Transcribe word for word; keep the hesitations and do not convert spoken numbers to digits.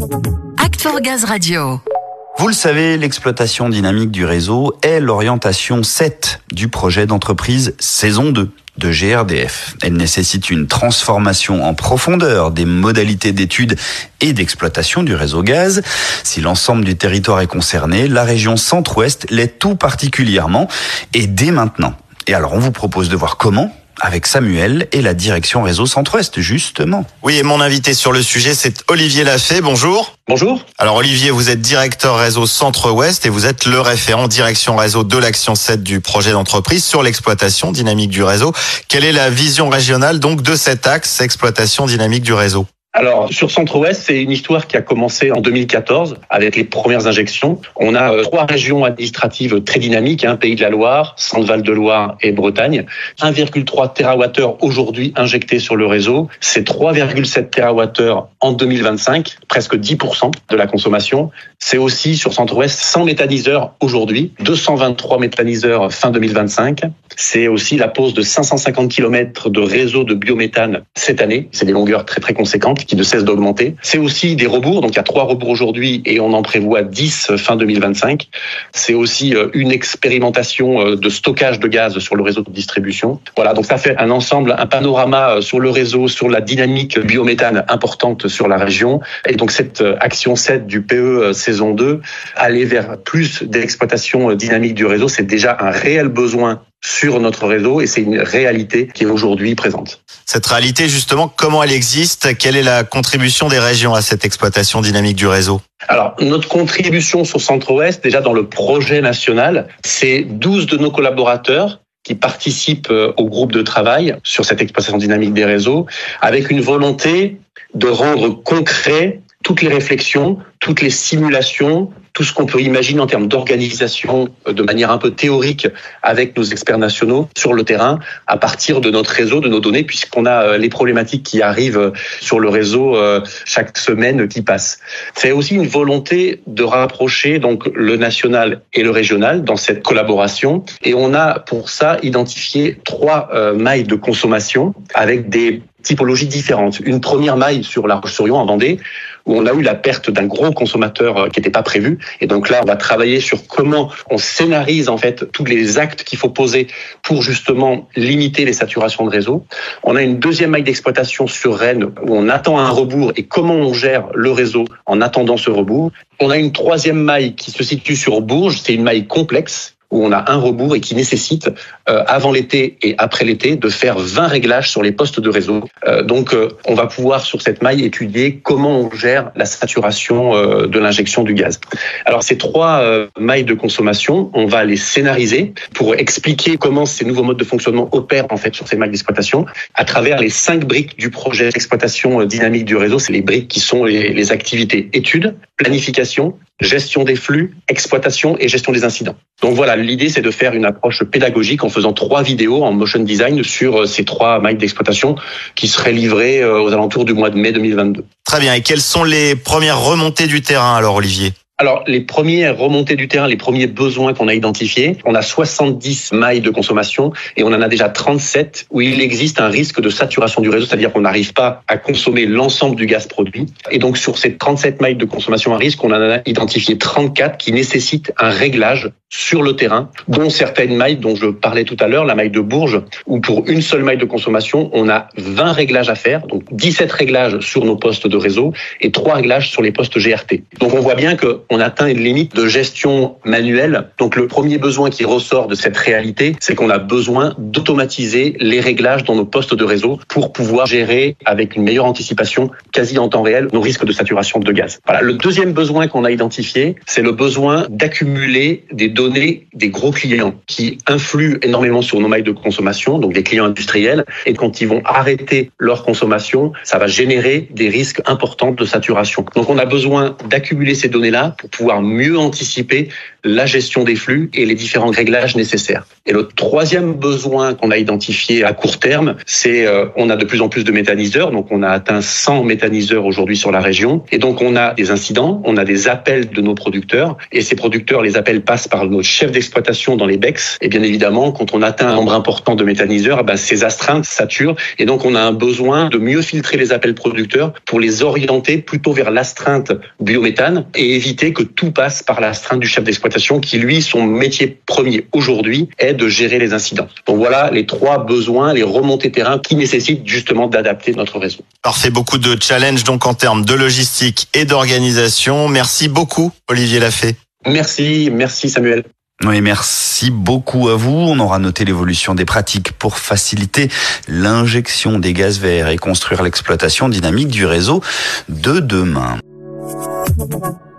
Act for Gaz Radio. Vous le savez, l'exploitation dynamique du réseau est l'orientation sept du projet d'entreprise saison deux de G R D F. Elle nécessite une transformation en profondeur des modalités d'étude et d'exploitation du réseau gaz. Si l'ensemble du territoire est concerné, la région centre-ouest l'est tout particulièrement et dès maintenant. Et alors, on vous propose de voir comment avec Samuel et la direction réseau centre-ouest, justement. Oui, et mon invité sur le sujet, c'est Olivier Lafay. Bonjour. Bonjour. Alors Olivier, vous êtes directeur réseau centre-ouest et vous êtes le référent direction réseau de l'action sept du projet d'entreprise sur l'exploitation dynamique du réseau. Quelle est la vision régionale donc de cet axe exploitation dynamique du réseau ? Alors, sur Centre-Ouest, c'est une histoire qui a commencé en deux mille quatorze avec les premières injections. On a euh, trois régions administratives très dynamiques, hein, Pays de la Loire, Centre-Val de Loire et Bretagne. un virgule trois térawattheures aujourd'hui injectés sur le réseau. C'est trois virgule sept térawattheures en deux mille vingt-cinq, presque dix pour cent de la consommation. C'est aussi sur Centre-Ouest cent méthaniseurs aujourd'hui, deux cent vingt-trois méthaniseurs fin deux mille vingt-cinq. C'est aussi la pose de cinq cent cinquante kilomètres de réseau de biométhane cette année. C'est des longueurs très très conséquentes qui ne cessent d'augmenter. C'est aussi des rebours, donc il y a trois rebours aujourd'hui et on en prévoit dix fin deux mille vingt-cinq. C'est aussi une expérimentation de stockage de gaz sur le réseau de distribution. Voilà, donc ça fait un ensemble, un panorama sur le réseau, sur la dynamique biométhane importante sur la région. Et donc cette action sept du P E saison deux, aller vers plus d'exploitation dynamique du réseau, c'est déjà un réel besoin sur notre réseau et c'est une réalité qui est aujourd'hui présente. Cette réalité, justement, comment elle existe ? Quelle est la contribution des régions à cette exploitation dynamique du réseau ? Alors, notre contribution sur Centre-Ouest, déjà dans le projet national, c'est douze de nos collaborateurs qui participent au groupe de travail sur cette exploitation dynamique des réseaux, avec une volonté de rendre concret toutes les réflexions, toutes les simulations, tout ce qu'on peut imaginer en termes d'organisation de manière un peu théorique avec nos experts nationaux sur le terrain à partir de notre réseau, de nos données, puisqu'on a les problématiques qui arrivent sur le réseau chaque semaine qui passe. C'est aussi une volonté de rapprocher donc le national et le régional dans cette collaboration. Et on a pour ça identifié trois mailles de consommation avec des typologies différentes. Une première maille sur La Roche-sur-Yon en Vendée, où on a eu la perte d'un gros consommateur qui n'était pas prévu. Et donc là, on va travailler sur comment on scénarise en fait tous les actes qu'il faut poser pour justement limiter les saturations de réseau. On a une deuxième maille d'exploitation sur Rennes, où on attend un rebours et comment on gère le réseau en attendant ce rebours. On a une troisième maille qui se situe sur Bourges, c'est une maille complexe, où on a un rebours et qui nécessite, euh, avant l'été et après l'été, de faire vingt réglages sur les postes de réseau. Euh, donc, euh, on va pouvoir, sur cette maille, étudier comment on gère la saturation euh, de l'injection du gaz. Alors, ces trois euh, mailles de consommation, on va les scénariser pour expliquer comment ces nouveaux modes de fonctionnement opèrent, en fait, sur ces mailles d'exploitation, à travers les cinq briques du projet d'exploitation dynamique du réseau. C'est les briques qui sont les, les activités études, planification, gestion des flux, exploitation et gestion des incidents. Donc voilà, l'idée c'est de faire une approche pédagogique en faisant trois vidéos en motion design sur ces trois mailles d'exploitation qui seraient livrées aux alentours du mois de mai deux mille vingt-deux. Très bien, et quelles sont les premières remontées du terrain alors Olivier ? Alors, les premières remontées du terrain, les premiers besoins qu'on a identifiés, on a soixante-dix mailles de consommation et on en a déjà trente-sept où il existe un risque de saturation du réseau, c'est-à-dire qu'on n'arrive pas à consommer l'ensemble du gaz produit. Et donc, sur ces trente-sept mailles de consommation à risque, on en a identifié trente-quatre qui nécessitent un réglage sur le terrain, dont certaines mailles dont je parlais tout à l'heure, la maille de Bourges, où pour une seule maille de consommation, on a vingt réglages à faire, donc dix-sept réglages sur nos postes de réseau et trois réglages sur les postes G R T. Donc, on voit bien que on atteint une limite de gestion manuelle. Donc le premier besoin qui ressort de cette réalité, c'est qu'on a besoin d'automatiser les réglages dans nos postes de réseau pour pouvoir gérer avec une meilleure anticipation, quasi en temps réel, nos risques de saturation de gaz. Voilà. Le deuxième besoin qu'on a identifié, c'est le besoin d'accumuler des données des gros clients qui influent énormément sur nos mailles de consommation, donc des clients industriels. Et quand ils vont arrêter leur consommation, ça va générer des risques importants de saturation. Donc on a besoin d'accumuler ces données-là pour pouvoir mieux anticiper la gestion des flux et les différents réglages nécessaires. Et le troisième besoin qu'on a identifié à court terme, c'est euh, on a de plus en plus de méthaniseurs, donc on a atteint cent méthaniseurs aujourd'hui sur la région, et donc on a des incidents, on a des appels de nos producteurs, et ces producteurs, les appels passent par nos chefs d'exploitation dans les B E X. Et bien évidemment, quand on atteint un nombre important de méthaniseurs, eh ben, ces astreintes saturent. Et donc, on a un besoin de mieux filtrer les appels producteurs pour les orienter plutôt vers l'astreinte biométhane et éviter que tout passe par l'astreinte du chef d'exploitation qui, lui, son métier premier aujourd'hui est de gérer les incidents. Donc voilà les trois besoins, les remontées terrain qui nécessitent justement d'adapter notre réseau. Parfait, beaucoup de challenges donc en termes de logistique et d'organisation. Merci beaucoup, Olivier Lafay. Merci, merci Samuel. Oui, merci beaucoup à vous. On aura noté l'évolution des pratiques pour faciliter l'injection des gaz verts et construire l'exploitation dynamique du réseau de demain.